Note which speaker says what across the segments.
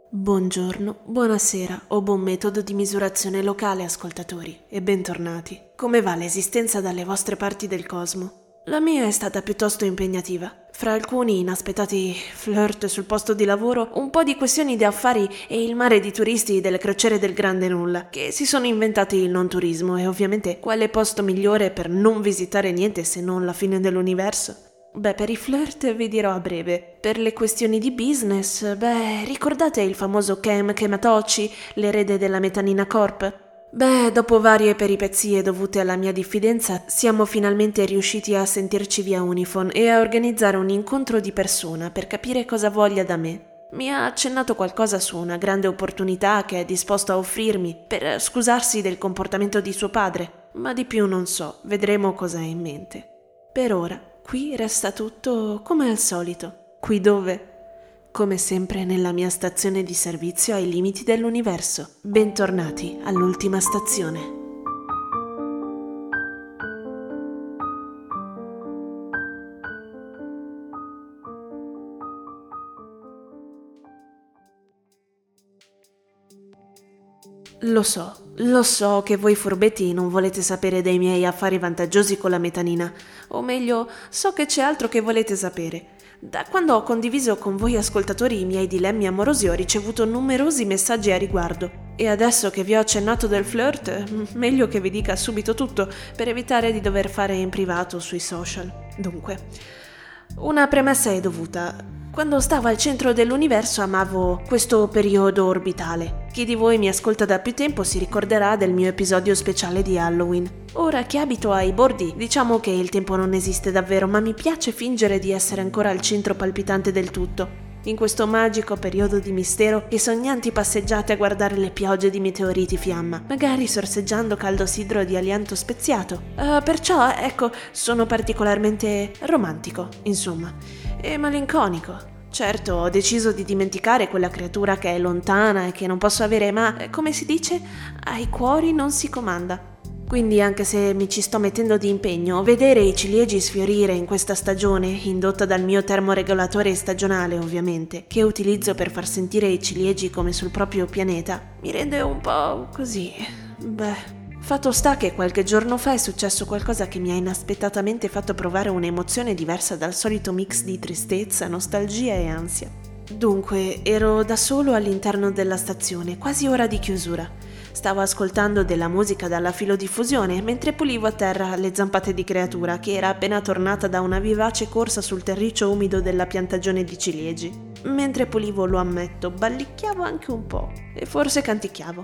Speaker 1: Buongiorno, buonasera o buon metodo di misurazione locale, ascoltatori, e bentornati. Come va l'esistenza dalle vostre parti del cosmo? La mia è stata piuttosto impegnativa. Fra alcuni inaspettati flirt sul posto di lavoro, un po' di questioni di affari e il mare di turisti delle crociere del Grande Nulla, che si sono inventati il non turismo e ovviamente quale posto migliore per non visitare niente se non la fine dell'universo? Per i flirt vi dirò a breve. Per le questioni di business, ricordate il famoso Kem Kematochi, l'erede della Metanina Corp? Dopo varie peripezie dovute alla mia diffidenza, siamo finalmente riusciti a sentirci via Unifon e a organizzare un incontro di persona per capire cosa voglia da me. Mi ha accennato qualcosa su una grande opportunità che è disposto a offrirmi per scusarsi del comportamento di suo padre, ma di più non so, vedremo cosa ha in mente. Per ora, qui resta tutto come al solito. Qui dove? Come sempre nella mia stazione di servizio ai limiti dell'universo. Bentornati all'ultima stazione. Lo so che voi furbetti non volete sapere dei miei affari vantaggiosi con la metanina, o meglio, so che c'è altro che volete sapere. Da quando ho condiviso con voi ascoltatori i miei dilemmi amorosi ho ricevuto numerosi messaggi a riguardo. E adesso che vi ho accennato del flirt, meglio che vi dica subito tutto per evitare di dover fare in privato sui social. Dunque, una premessa è dovuta. Quando stavo al centro dell'universo amavo questo periodo orbitale. Chi di voi mi ascolta da più tempo si ricorderà del mio episodio speciale di Halloween. Ora che abito ai bordi, diciamo che il tempo non esiste davvero, ma mi piace fingere di essere ancora al centro palpitante del tutto. In questo magico periodo di mistero e sognanti passeggiate a guardare le piogge di meteoriti fiamma, magari sorseggiando caldo sidro di aliento speziato. Perciò, ecco, sono particolarmente romantico, insomma, e malinconico. Certo, ho deciso di dimenticare quella creatura che è lontana e che non posso avere, ma, come si dice, ai cuori non si comanda. Quindi, anche se mi ci sto mettendo di impegno, vedere i ciliegi sfiorire in questa stagione, indotta dal mio termoregolatore stagionale ovviamente, che utilizzo per far sentire i ciliegi come sul proprio pianeta, mi rende un po' così. Fatto sta che qualche giorno fa è successo qualcosa che mi ha inaspettatamente fatto provare un'emozione diversa dal solito mix di tristezza, nostalgia e ansia. Dunque, ero da solo all'interno della stazione, quasi ora di chiusura. Stavo ascoltando della musica dalla filodiffusione mentre pulivo a terra le zampate di creatura che era appena tornata da una vivace corsa sul terriccio umido della piantagione di ciliegi. Mentre pulivo, lo ammetto, ballicchiavo anche un po' e forse canticchiavo.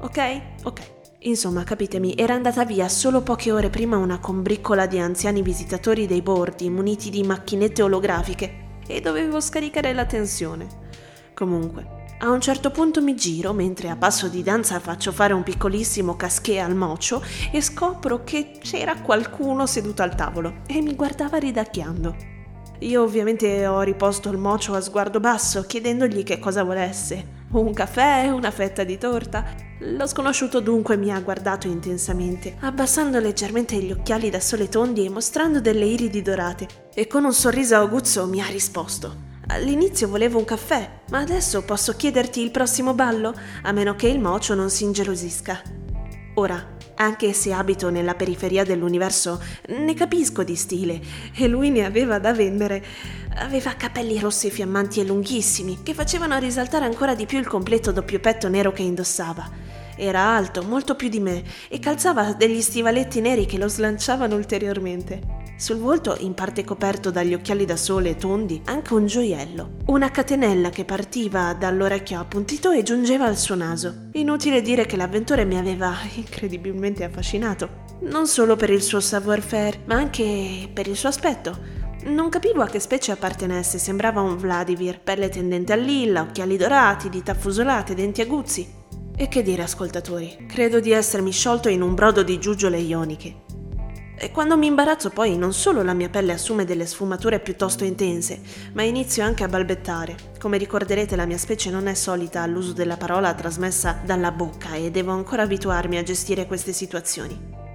Speaker 1: Ok. Insomma, capitemi, era andata via solo poche ore prima una combriccola di anziani visitatori dei bordi muniti di macchinette olografiche e dovevo scaricare la tensione. Comunque, a un certo punto mi giro mentre a passo di danza faccio fare un piccolissimo casquet al mocio e scopro che c'era qualcuno seduto al tavolo e mi guardava ridacchiando. Io ovviamente ho riposto il mocio a sguardo basso chiedendogli che cosa volesse. Un caffè, una fetta di torta? Lo sconosciuto dunque mi ha guardato intensamente, abbassando leggermente gli occhiali da sole tondi e mostrando delle iridi dorate, e con un sorriso aguzzo mi ha risposto: all'inizio volevo un caffè, ma adesso posso chiederti il prossimo ballo, a meno che il mocio non si ingelosisca. Ora, anche se abito nella periferia dell'universo, ne capisco di stile, e lui ne aveva da vendere. Aveva capelli rossi fiammanti e lunghissimi, che facevano risaltare ancora di più il completo doppio petto nero che indossava. Era alto, molto più di me, e calzava degli stivaletti neri che lo slanciavano ulteriormente. Sul volto, in parte coperto dagli occhiali da sole tondi, anche un gioiello. Una catenella che partiva dall'orecchio appuntito e giungeva al suo naso. Inutile dire che l'avventore mi aveva incredibilmente affascinato. Non solo per il suo savoir-faire, ma anche per il suo aspetto. Non capivo a che specie appartenesse, sembrava un Vladimir, pelle tendente al lilla, occhiali dorati, dita affusolate, denti aguzzi. E che dire, ascoltatori, credo di essermi sciolto in un brodo di giuggiole ioniche. E quando mi imbarazzo poi non solo la mia pelle assume delle sfumature piuttosto intense, ma inizio anche a balbettare. Come ricorderete, la mia specie non è solita all'uso della parola trasmessa dalla bocca e devo ancora abituarmi a gestire queste situazioni.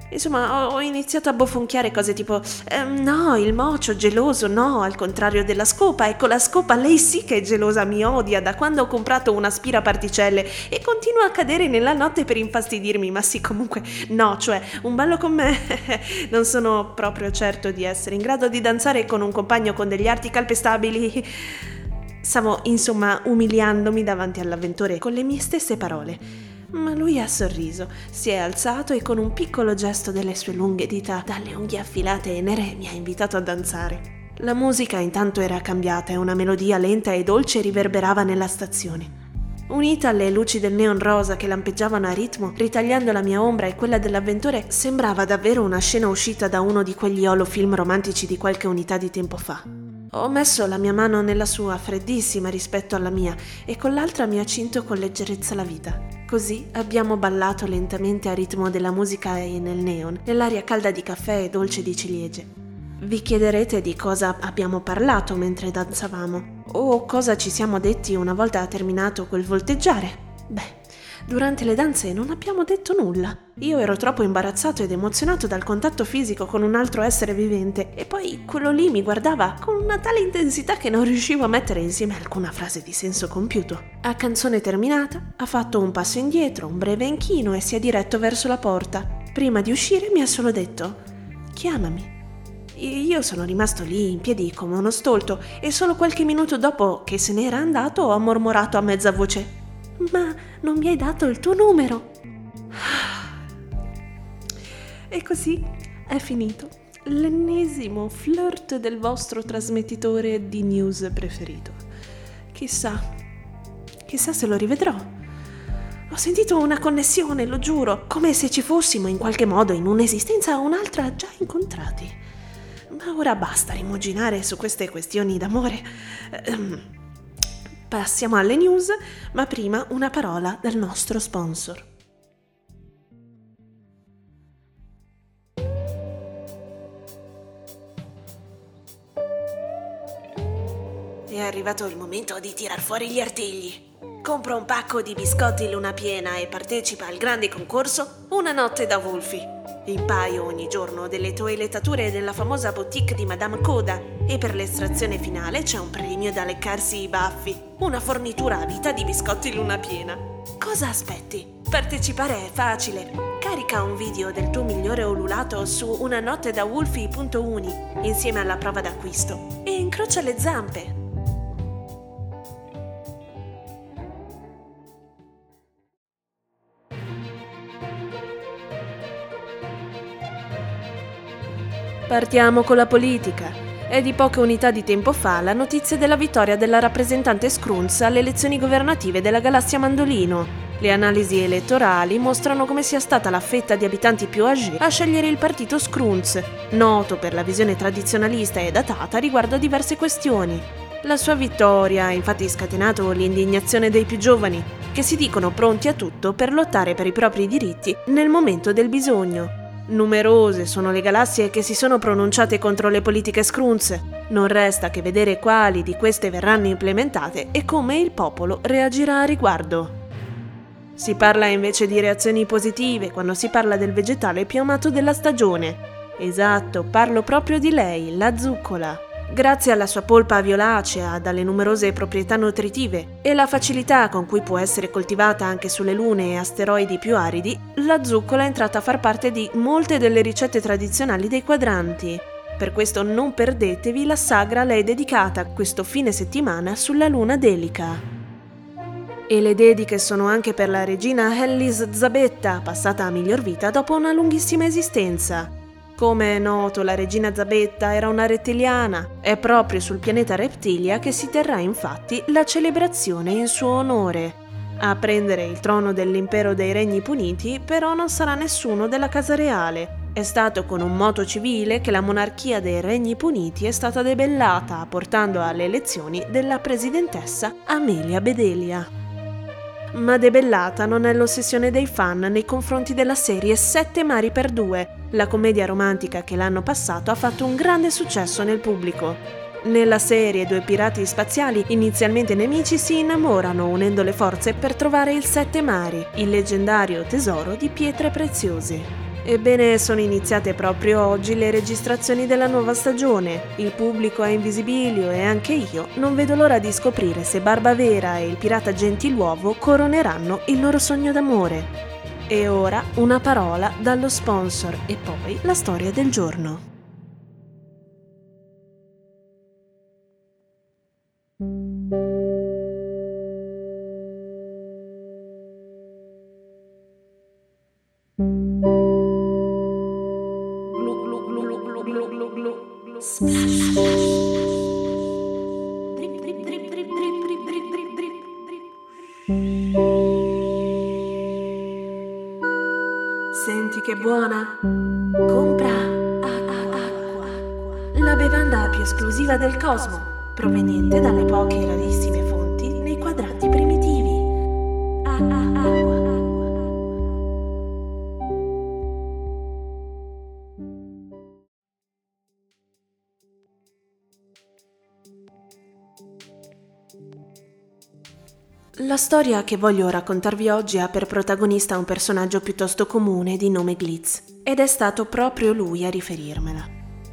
Speaker 1: Insomma, ho iniziato a bofonchiare cose tipo no, il mocio, geloso, no, al contrario della scopa. Ecco, la scopa, lei sì che è gelosa, mi odia da quando ho comprato un aspiraparticelle e continua a cadere nella notte per infastidirmi. Ma sì, comunque, no, cioè, un ballo con me non sono proprio certo di essere in grado di danzare con un compagno con degli arti calpestabili. Stavo, insomma, umiliandomi davanti all'avventore con le mie stesse parole. Ma lui ha sorriso, si è alzato e con un piccolo gesto delle sue lunghe dita dalle unghie affilate e nere mi ha invitato a danzare. La musica intanto era cambiata e una melodia lenta e dolce riverberava nella stazione. Unita alle luci del neon rosa che lampeggiavano a ritmo, ritagliando la mia ombra e quella dell'avventore, sembrava davvero una scena uscita da uno di quegli holofilm romantici di qualche unità di tempo fa. Ho messo la mia mano nella sua, freddissima rispetto alla mia, e con l'altra mi ha cinto con leggerezza la vita. Così abbiamo ballato lentamente a ritmo della musica e nel neon, nell'aria calda di caffè e dolce di ciliegie. Vi chiederete di cosa abbiamo parlato mentre danzavamo, o cosa ci siamo detti una volta terminato quel volteggiare? Beh, durante le danze non abbiamo detto nulla. Io ero troppo imbarazzato ed emozionato dal contatto fisico con un altro essere vivente e poi quello lì mi guardava con una tale intensità che non riuscivo a mettere insieme alcuna frase di senso compiuto. A canzone terminata ha fatto un passo indietro, un breve inchino e si è diretto verso la porta. Prima di uscire mi ha solo detto «Chiamami». Io sono rimasto lì in piedi come uno stolto e solo qualche minuto dopo che se n'era andato ho mormorato a mezza voce «Ma non mi hai dato il tuo numero?» E così è finito l'ennesimo flirt del vostro trasmettitore di news preferito. Chissà se lo rivedrò. Ho sentito una connessione, lo giuro, come se ci fossimo in qualche modo in un'esistenza o un'altra già incontrati. Ma ora basta rimuginare su queste questioni d'amore. Passiamo alle news, ma prima una parola dal nostro sponsor. È arrivato il momento di tirar fuori gli artigli. Compra un pacco di biscotti Luna Piena e partecipa al grande concorso Una notte da Wolfie. Impaio ogni giorno delle toilettature della famosa boutique di Madame Coda e per l'estrazione finale c'è un premio da leccarsi i baffi, una fornitura a vita di biscotti Luna Piena. Cosa aspetti? Partecipare è facile. Carica un video del tuo migliore ululato su unanottedawolfie.uni insieme alla prova d'acquisto e incrocia le zampe. Partiamo con la politica. È di poche unità di tempo fa la notizia della vittoria della rappresentante Scrunz alle elezioni governative della galassia Mandolino. Le analisi elettorali mostrano come sia stata la fetta di abitanti più âgés a scegliere il partito Scrunz, noto per la visione tradizionalista e datata riguardo a diverse questioni. La sua vittoria ha infatti scatenato l'indignazione dei più giovani, che si dicono pronti a tutto per lottare per i propri diritti nel momento del bisogno. Numerose sono le galassie che si sono pronunciate contro le politiche Scrunz. Non resta che vedere quali di queste verranno implementate e come il popolo reagirà a riguardo. Si parla invece di reazioni positive quando si parla del vegetale più amato della stagione. Esatto, parlo proprio di lei, la zuccola. Grazie alla sua polpa violacea, dalle numerose proprietà nutritive e la facilità con cui può essere coltivata anche sulle lune e asteroidi più aridi, la zuccola è entrata a far parte di molte delle ricette tradizionali dei quadranti. Per questo non perdetevi la sagra a lei dedicata questo fine settimana sulla luna Delica. E le dediche sono anche per la regina Hellis Zabetta, passata a miglior vita dopo una lunghissima esistenza. Come è noto, la regina Zabetta era una rettiliana. È proprio sul pianeta Reptilia che si terrà infatti la celebrazione in suo onore. A prendere il trono dell'impero dei Regni Puniti però non sarà nessuno della casa reale. È stato con un moto civile che la monarchia dei Regni Puniti è stata debellata, portando alle elezioni della presidentessa Amelia Bedelia. Ma debellata non è l'ossessione dei fan nei confronti della serie Sette mari per due, la commedia romantica che l'anno passato ha fatto un grande successo nel pubblico. Nella serie due pirati spaziali, inizialmente nemici, si innamorano unendo le forze per trovare il Sette Mari, il leggendario tesoro di pietre preziose. Ebbene, sono iniziate proprio oggi le registrazioni della nuova stagione. Il pubblico è in visibilio e anche io non vedo l'ora di scoprire se Barbavera e il pirata Gentiluovo coroneranno il loro sogno d'amore. E ora una parola dallo sponsor e poi la storia del giorno. Splash. Drip, drip, drip, drip, drip, drip, drip, drip, drip, drip. Senti che buona? Compra acqua, la bevanda più esclusiva del cosmo, proveniente dalle poche e rarissime fonti nei quadranti primitivi. Acqua. La storia che voglio raccontarvi oggi ha per protagonista un personaggio piuttosto comune di nome Glitz, ed è stato proprio lui a riferirmela.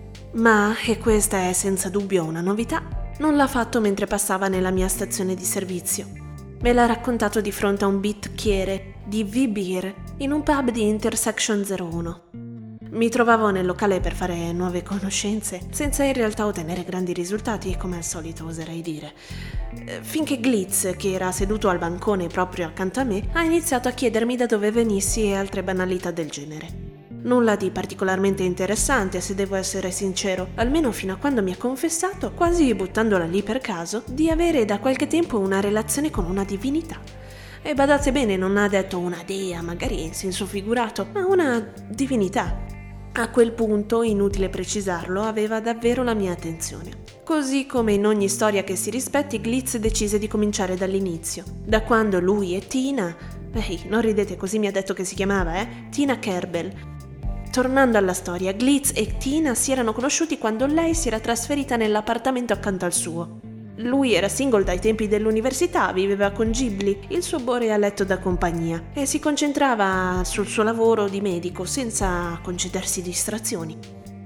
Speaker 1: Ma, e questa è senza dubbio una novità, non l'ha fatto mentre passava nella mia stazione di servizio. Me l'ha raccontato di fronte a un bicchiere di V-Beer in un pub di Intersection 01. Mi trovavo nel locale per fare nuove conoscenze, senza in realtà ottenere grandi risultati, come al solito oserei dire. Finché Glitz, che era seduto al bancone proprio accanto a me, ha iniziato a chiedermi da dove venissi e altre banalità del genere. Nulla di particolarmente interessante, se devo essere sincero, almeno fino a quando mi ha confessato, quasi buttandola lì per caso, di avere da qualche tempo una relazione con una divinità. E badate bene, non ha detto una dea, magari in senso figurato, ma una divinità. A quel punto, inutile precisarlo, aveva davvero la mia attenzione. Così come in ogni storia che si rispetti, Glitz decise di cominciare dall'inizio, da quando lui e Tina... Ehi, non ridete, così mi ha detto che si chiamava, Tina Kerbel. Tornando alla storia, Glitz e Tina si erano conosciuti quando lei si era trasferita nell'appartamento accanto al suo. Lui era single dai tempi dell'università, viveva con Ghibli, il suo borealetto da compagnia, e si concentrava sul suo lavoro di medico senza concedersi distrazioni.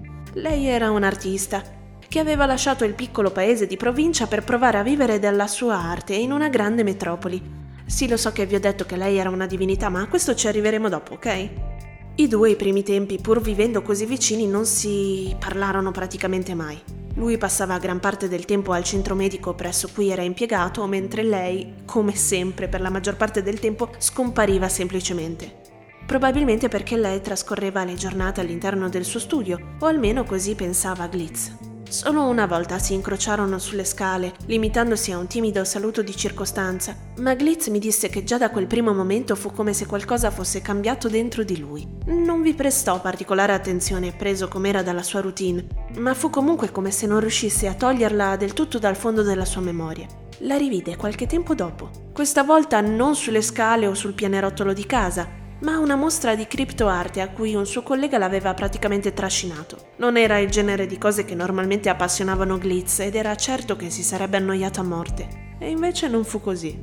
Speaker 1: Lei era un'artista che aveva lasciato il piccolo paese di provincia per provare a vivere della sua arte in una grande metropoli. Sì, lo so che vi ho detto che lei era una divinità, ma a questo ci arriveremo dopo, ok? I due, i primi tempi, pur vivendo così vicini, non si parlarono praticamente mai. Lui passava gran parte del tempo al centro medico presso cui era impiegato, mentre lei, come sempre per la maggior parte del tempo, scompariva semplicemente. Probabilmente perché lei trascorreva le giornate all'interno del suo studio, o almeno così pensava Glitz. Solo una volta si incrociarono sulle scale, limitandosi a un timido saluto di circostanza, ma Glitz mi disse che già da quel primo momento fu come se qualcosa fosse cambiato dentro di lui. Non vi prestò particolare attenzione, preso com'era dalla sua routine, ma fu comunque come se non riuscisse a toglierla del tutto dal fondo della sua memoria. La rivide qualche tempo dopo, questa volta non sulle scale o sul pianerottolo di casa, ma a una mostra di criptoarte a cui un suo collega l'aveva praticamente trascinato. Non era il genere di cose che normalmente appassionavano Glitz ed era certo che si sarebbe annoiato a morte. E invece non fu così.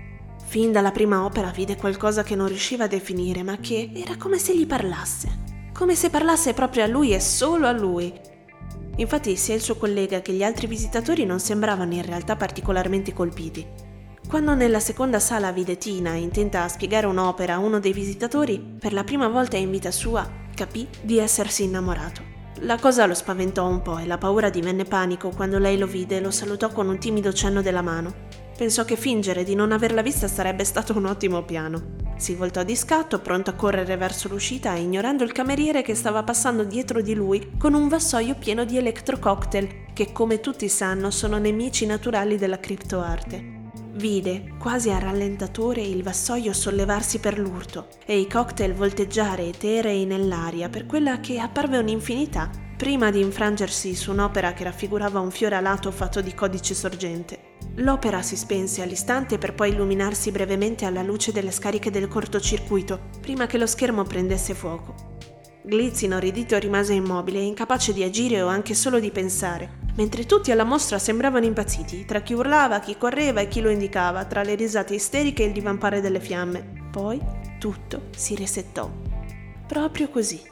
Speaker 1: Fin dalla prima opera vide qualcosa che non riusciva a definire, ma che era come se gli parlasse. Come se parlasse proprio a lui e solo a lui. Infatti sia il suo collega che gli altri visitatori non sembravano in realtà particolarmente colpiti. Quando nella seconda sala vide Tina intenta a spiegare un'opera a uno dei visitatori, per la prima volta in vita sua capì di essersi innamorato. La cosa lo spaventò un po' e la paura divenne panico quando lei lo vide e lo salutò con un timido cenno della mano. Pensò che fingere di non averla vista sarebbe stato un ottimo piano. Si voltò di scatto, pronto a correre verso l'uscita, ignorando il cameriere che stava passando dietro di lui con un vassoio pieno di electrococktail, che come tutti sanno sono nemici naturali della criptoarte. Vide, quasi a rallentatore, il vassoio sollevarsi per l'urto e i cocktail volteggiare eterei nell'aria per quella che apparve un'infinità, prima di infrangersi su un'opera che raffigurava un fiore alato fatto di codice sorgente. L'opera si spense all'istante per poi illuminarsi brevemente alla luce delle scariche del cortocircuito, prima che lo schermo prendesse fuoco. Glitz, inorridito, rimase immobile, incapace di agire o anche solo di pensare, mentre tutti alla mostra sembravano impazziti, tra chi urlava, chi correva e chi lo indicava, tra le risate isteriche e il divampare delle fiamme. Poi tutto si resettò. Proprio così,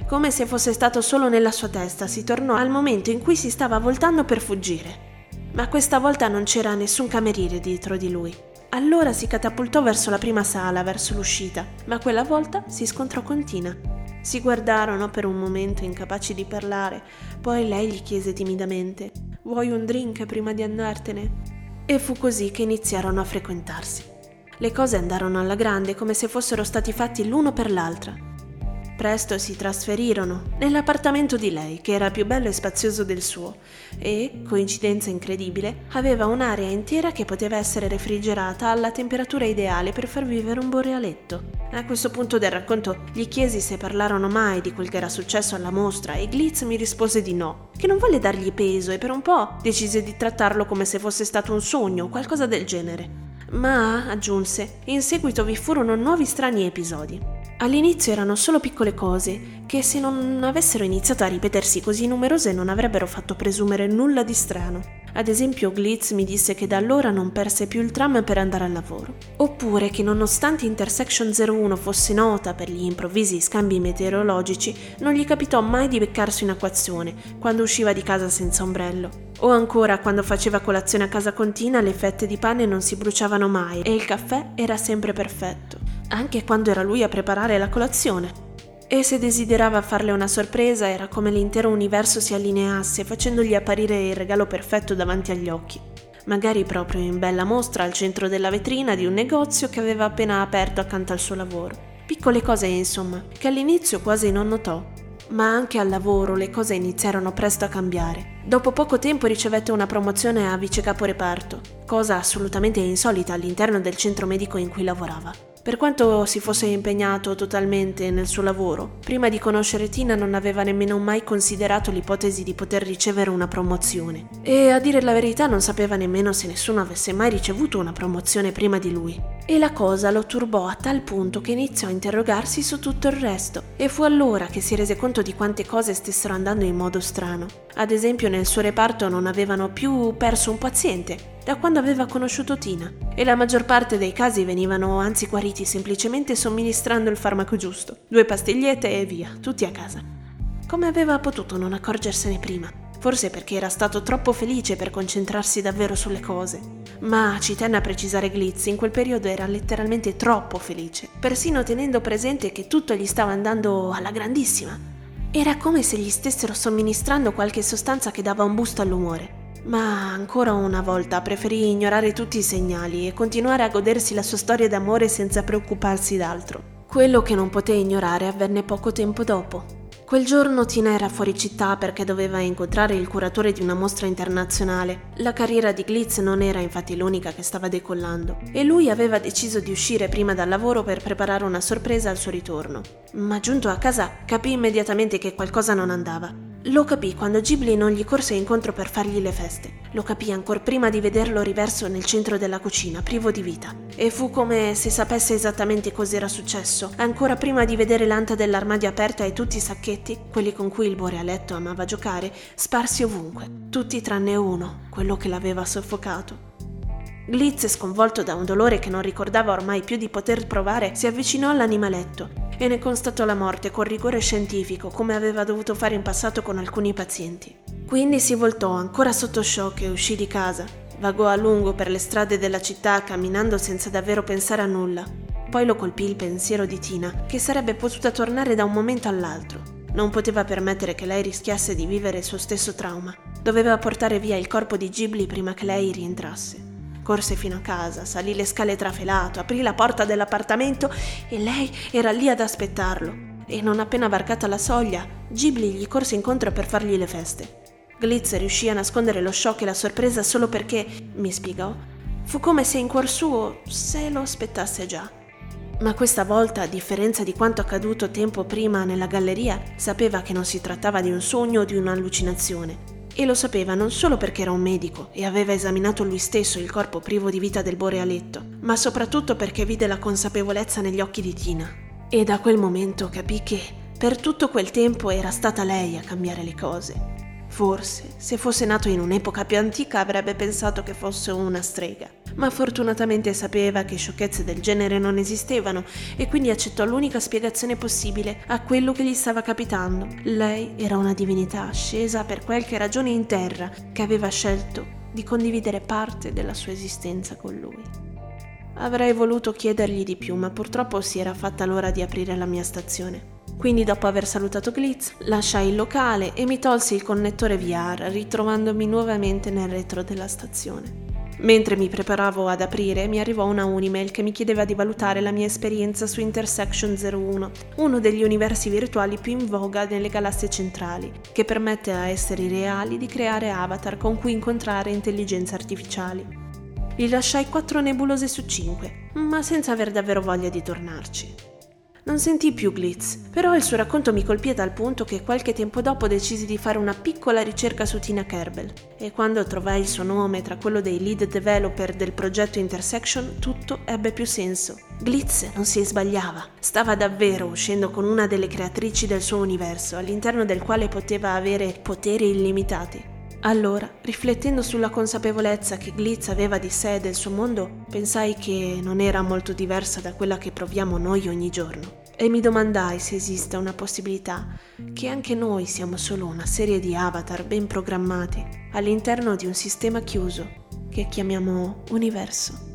Speaker 1: come se fosse stato solo nella sua testa, si tornò al momento in cui si stava voltando per fuggire. Ma questa volta non c'era nessun cameriere dietro di lui. Allora si catapultò verso la prima sala, verso l'uscita, ma quella volta si scontrò con Tina. Si guardarono per un momento incapaci di parlare, poi lei gli chiese timidamente: «Vuoi un drink prima di andartene?» E fu così che iniziarono a frequentarsi. Le cose andarono alla grande, come se fossero stati fatti l'uno per l'altra. Presto si trasferirono nell'appartamento di lei, che era più bello e spazioso del suo, e, coincidenza incredibile, aveva un'area intera che poteva essere refrigerata alla temperatura ideale per far vivere un borealetto. A questo punto del racconto gli chiesi se parlarono mai di quel che era successo alla mostra e Glitz mi rispose di no, che non volle dargli peso e per un po' decise di trattarlo come se fosse stato un sogno o qualcosa del genere. Ma, aggiunse, in seguito vi furono nuovi strani episodi. All'inizio erano solo piccole cose che, se non avessero iniziato a ripetersi così numerose, non avrebbero fatto presumere nulla di strano. Ad esempio, Glitz mi disse che da allora non perse più il tram per andare al lavoro. Oppure che, nonostante Intersection 01 fosse nota per gli improvvisi scambi meteorologici, non gli capitò mai di beccarsi un'acquazzone quando usciva di casa senza ombrello. O ancora, quando faceva colazione a casa con Tina, le fette di pane non si bruciavano mai e il caffè era sempre perfetto, anche quando era lui a preparare la colazione. E se desiderava farle una sorpresa, era come l'intero universo si allineasse, facendogli apparire il regalo perfetto davanti agli occhi. Magari proprio in bella mostra al centro della vetrina di un negozio che aveva appena aperto accanto al suo lavoro. Piccole cose, insomma, che all'inizio quasi non notò. Ma anche al lavoro le cose iniziarono presto a cambiare. Dopo poco tempo ricevette una promozione a vice capo reparto, cosa assolutamente insolita all'interno del centro medico in cui lavorava. Per quanto si fosse impegnato totalmente nel suo lavoro, prima di conoscere Tina non aveva nemmeno mai considerato l'ipotesi di poter ricevere una promozione. E a dire la verità non sapeva nemmeno se nessuno avesse mai ricevuto una promozione prima di lui. E la cosa lo turbò a tal punto che iniziò a interrogarsi su tutto il resto. E fu allora che si rese conto di quante cose stessero andando in modo strano. Ad esempio, nel suo reparto non avevano più perso un paziente da quando aveva conosciuto Tina, e la maggior parte dei casi venivano anzi guariti semplicemente somministrando il farmaco giusto. 2 pastigliette e via, tutti a casa. Come aveva potuto non accorgersene prima? Forse perché era stato troppo felice per concentrarsi davvero sulle cose. Ma ci tenne a precisare Glitz, in quel periodo era letteralmente troppo felice, persino tenendo presente che tutto gli stava andando alla grandissima. Era come se gli stessero somministrando qualche sostanza che dava un boost all'umore. Ma ancora una volta preferì ignorare tutti i segnali e continuare a godersi la sua storia d'amore senza preoccuparsi d'altro. Quello che non poté ignorare avvenne poco tempo dopo. Quel giorno Tina era fuori città perché doveva incontrare il curatore di una mostra internazionale. La carriera di Glitz non era infatti l'unica che stava decollando e lui aveva deciso di uscire prima dal lavoro per preparare una sorpresa al suo ritorno. Ma giunto a casa capì immediatamente che qualcosa non andava. Lo capì quando Ghibli non gli corse incontro per fargli le feste. Lo capì ancor prima di vederlo riverso nel centro della cucina, privo di vita. E fu come se sapesse esattamente cos'era successo, ancora prima di vedere l'anta dell'armadio aperta e tutti i sacchetti, quelli con cui il borealetto amava giocare, sparsi ovunque, tutti tranne uno, quello che l'aveva soffocato. Glitz, sconvolto da un dolore che non ricordava ormai più di poter provare, si avvicinò all'animaletto e ne constatò la morte con rigore scientifico, come aveva dovuto fare in passato con alcuni pazienti. Quindi si voltò ancora sotto shock e uscì di casa. Vagò a lungo per le strade della città, camminando senza davvero pensare a nulla. Poi lo colpì il pensiero di Tina, che sarebbe potuta tornare da un momento all'altro. Non poteva permettere che lei rischiasse di vivere il suo stesso trauma. Doveva portare via il corpo di Ghibli prima che lei rientrasse. Corse fino a casa, salì le scale trafelato, aprì la porta dell'appartamento e lei era lì ad aspettarlo. E non appena varcata la soglia, Ghibli gli corse incontro per fargli le feste. Glitz riuscì a nascondere lo shock e la sorpresa solo perché, mi spiegò, fu come se in cuor suo se lo aspettasse già. Ma questa volta, a differenza di quanto accaduto tempo prima nella galleria, sapeva che non si trattava di un sogno o di un'allucinazione. E lo sapeva non solo perché era un medico e aveva esaminato lui stesso il corpo privo di vita del borealetto, ma soprattutto perché vide la consapevolezza negli occhi di Tina. E da quel momento capì che, per tutto quel tempo, era stata lei a cambiare le cose. Forse, se fosse nato in un'epoca più antica avrebbe pensato che fosse una strega, ma fortunatamente sapeva che sciocchezze del genere non esistevano e quindi accettò l'unica spiegazione possibile a quello che gli stava capitando. Lei era una divinità scesa per qualche ragione in terra che aveva scelto di condividere parte della sua esistenza con lui. Avrei voluto chiedergli di più, ma purtroppo si era fatta l'ora di aprire la mia stazione. Quindi dopo aver salutato Glitz, lasciai il locale e mi tolsi il connettore VR, ritrovandomi nuovamente nel retro della stazione. Mentre mi preparavo ad aprire, mi arrivò una Unimail che mi chiedeva di valutare la mia esperienza su Intersection 01, uno degli universi virtuali più in voga nelle galassie centrali, che permette a esseri reali di creare avatar con cui incontrare intelligenze artificiali. Gli lasciai 4 nebulose su 5, ma senza aver davvero voglia di tornarci. Non sentii più Glitz, però il suo racconto mi colpì a tal punto che qualche tempo dopo decisi di fare una piccola ricerca su Tina Kerbel e quando trovai il suo nome tra quello dei lead developer del progetto Intersection tutto ebbe più senso. Glitz non si sbagliava, stava davvero uscendo con una delle creatrici del suo universo all'interno del quale poteva avere poteri illimitati. Allora, riflettendo sulla consapevolezza che Glitz aveva di sé e del suo mondo, pensai che non era molto diversa da quella che proviamo noi ogni giorno. E mi domandai se esista una possibilità che anche noi siamo solo una serie di avatar ben programmati all'interno di un sistema chiuso che chiamiamo universo.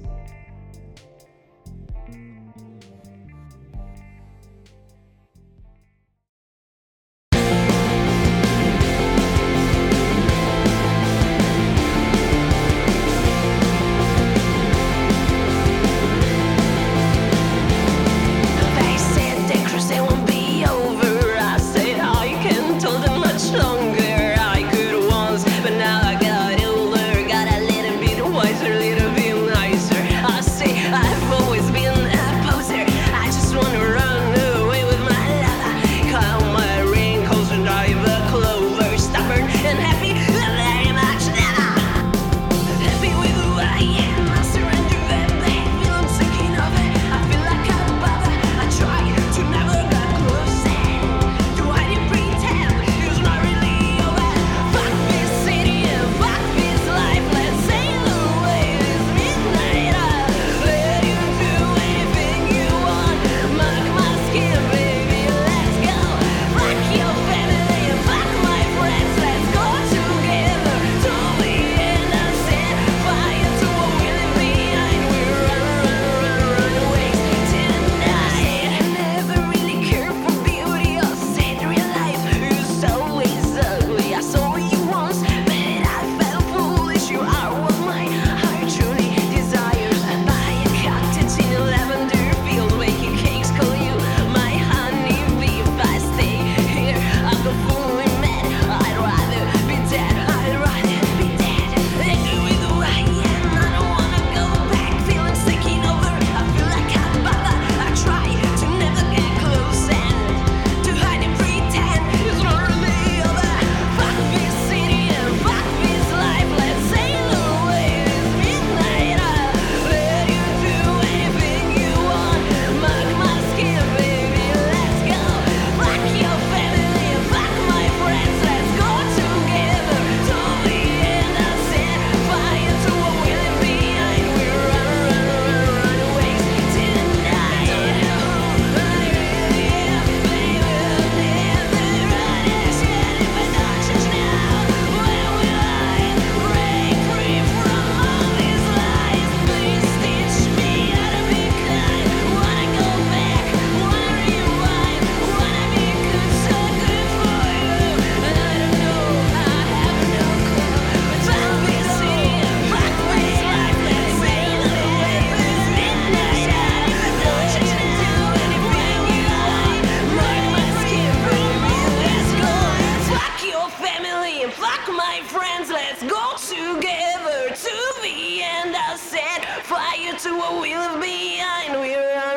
Speaker 1: to what we leave behind. We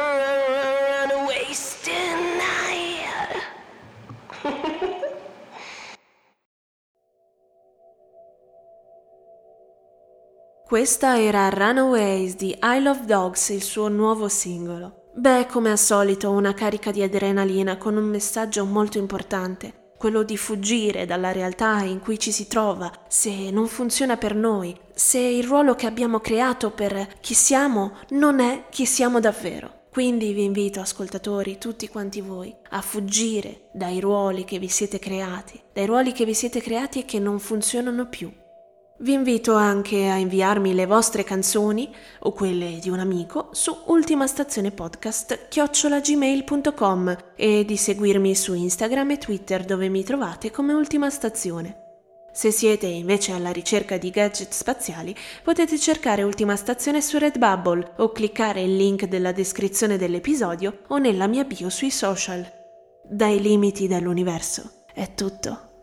Speaker 1: run, wasting night. Questa era Runaways di Isle of Dogs, il suo nuovo singolo. Beh, come al solito, una carica di adrenalina con un messaggio molto importante. quello di fuggire dalla realtà in cui ci si trova, se non funziona per noi, se il ruolo che abbiamo creato per chi siamo non è chi siamo davvero. Quindi vi invito, ascoltatori, tutti quanti voi, a fuggire dai ruoli che vi siete creati, e che non funzionano più. Vi invito anche a inviarmi le vostre canzoni o quelle di un amico su ultimastazionepodcast@gmail.com e di seguirmi su Instagram e Twitter, dove mi trovate come Ultima Stazione. Se siete invece alla ricerca di gadget spaziali, potete cercare Ultima Stazione su Redbubble o cliccare il link della descrizione dell'episodio o nella mia bio sui social. Dai limiti dell'universo è tutto.